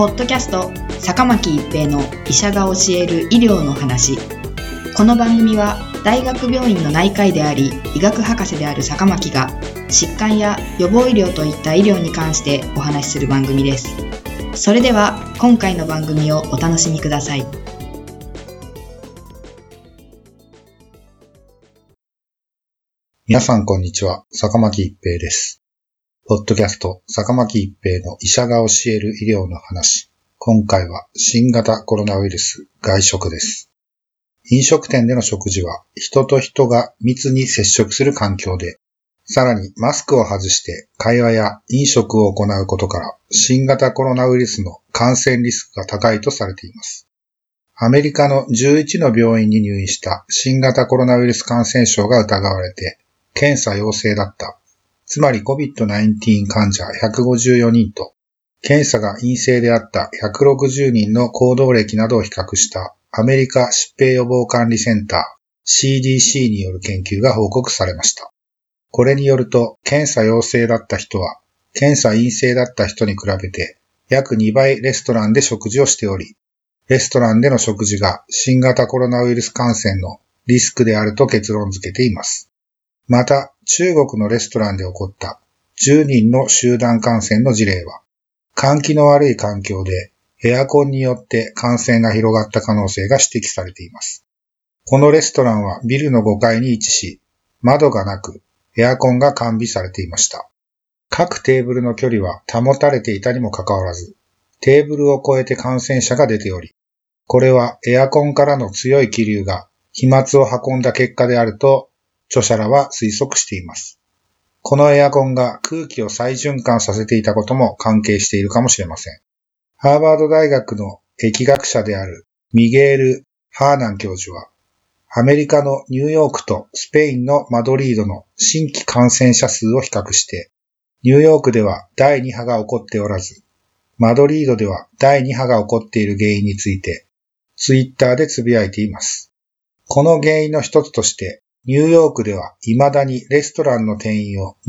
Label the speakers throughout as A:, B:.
A: ポッドキャスト坂巻一平の医者が教える医療の話。この番組は大学病院の内科医であり医学博士である坂巻が疾患や予防医療といった医療に関してお話しする番組です。それでは今回の番組をお楽しみください。
B: 皆さんこんにちは、坂巻一平です。ポッドキャスト坂巻一平の医者が教える医療の話。今回は新型コロナウイルス外食です。飲食店での食事は人と人が密に接触する環境で、さらにマスクを外して会話や飲食を行うことから新型コロナウイルスの感染リスクが高いとされています。アメリカの11の病院に入院した新型コロナウイルス感染症が疑われて検査陽性だった。つまり COVID-19 患者154人と検査が陰性であった160人の行動歴などを比較したアメリカ疾病予防管理センター CDC による研究が報告されました。これによると検査陽性だった人は検査陰性だった人に比べて約2倍レストランで食事をしており、レストランでの食事が新型コロナウイルス感染のリスクであると結論付けています。また、中国のレストランで起こった10人の集団感染の事例は、換気の悪い環境でエアコンによって感染が広がった可能性が指摘されています。このレストランはビルの5階に位置し、窓がなくエアコンが完備されていました。各テーブルの距離は保たれていたにもかかわらず、テーブルを越えて感染者が出ており、これはエアコンからの強い気流が飛沫を運んだ結果であると、著者らは推測しています。このエアコンが空気を再循環させていたことも関係しているかもしれません。ハーバード大学の疫学者であるミゲール・ハーナン教授は、アメリカのニューヨークとスペインのマドリードの新規感染者数を比較して、ニューヨークでは第2波が起こっておらず、マドリードでは第2波が起こっている原因について、ツイッターでつぶやいています。この原因の一つとして、ニューヨークでは未だにレストランの定員を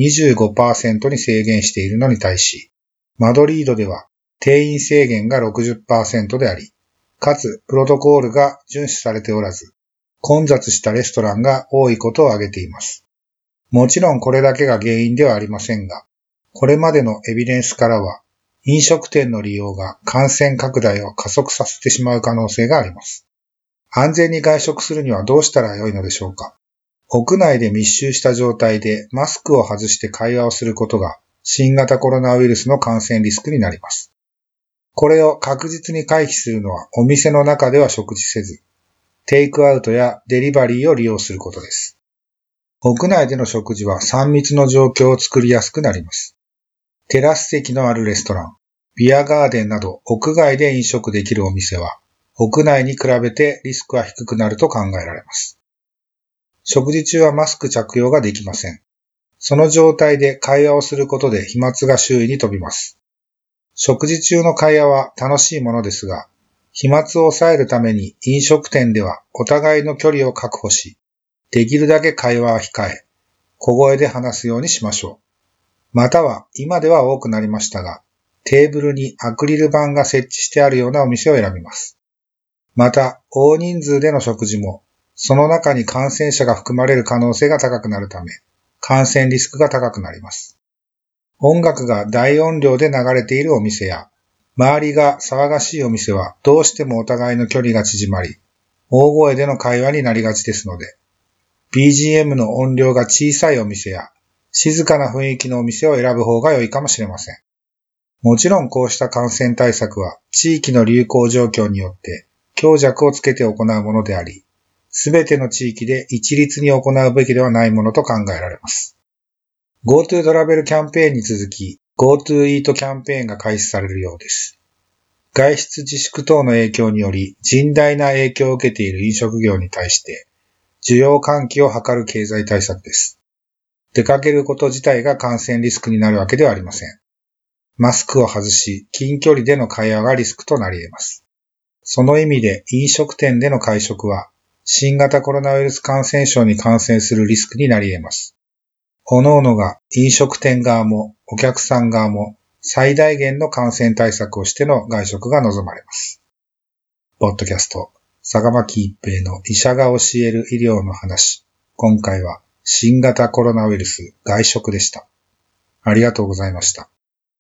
B: 25% に制限しているのに対し、マドリードでは定員制限が 60% であり、かつプロトコールが遵守されておらず、混雑したレストランが多いことを挙げています。もちろんこれだけが原因ではありませんが、これまでのエビデンスからは、飲食店の利用が感染拡大を加速させてしまう可能性があります。安全に外食するにはどうしたらよいのでしょうか。屋内で密集した状態でマスクを外して会話をすることが新型コロナウイルスの感染リスクになります。これを確実に回避するのはお店の中では食事せず、テイクアウトやデリバリーを利用することです。屋内での食事は3密の状況を作りやすくなります。テラス席のあるレストラン、ビアガーデンなど屋外で飲食できるお店は屋内に比べてリスクは低くなると考えられます。食事中はマスク着用ができません。その状態で会話をすることで飛沫が周囲に飛びます。食事中の会話は楽しいものですが、飛沫を抑えるために飲食店ではお互いの距離を確保し、できるだけ会話は控え、小声で話すようにしましょう。または今では多くなりましたが、テーブルにアクリル板が設置してあるようなお店を選びます。また、大人数での食事も、その中に感染者が含まれる可能性が高くなるため、感染リスクが高くなります。音楽が大音量で流れているお店や、周りが騒がしいお店はどうしてもお互いの距離が縮まり、大声での会話になりがちですので、BGM の音量が小さいお店や、静かな雰囲気のお店を選ぶ方が良いかもしれません。もちろんこうした感染対策は地域の流行状況によって強弱をつけて行うものであり、すべての地域で一律に行うべきではないものと考えられます。GoTo トラベルキャンペーンに続き GoTo イートキャンペーンが開始されるようです。外出自粛等の影響により甚大な影響を受けている飲食業に対して需要喚起を図る経済対策です。出かけること自体が感染リスクになるわけではありません。マスクを外し近距離での会話がリスクとなり得ます。その意味で飲食店での会食は新型コロナウイルス感染症に感染するリスクになり得ます。各々が飲食店側もお客さん側も最大限の感染対策をしての外食が望まれます。ポッドキャスト、坂巻一平の医者が教える医療の話。今回は新型コロナウイルス外食でした。ありがとうございました。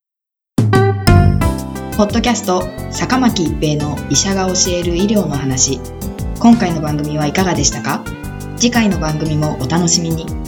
A: ポッドキャスト、坂巻一平の医者が教える医療の話。今回の番組はいかがでしたか？次回の番組もお楽しみに。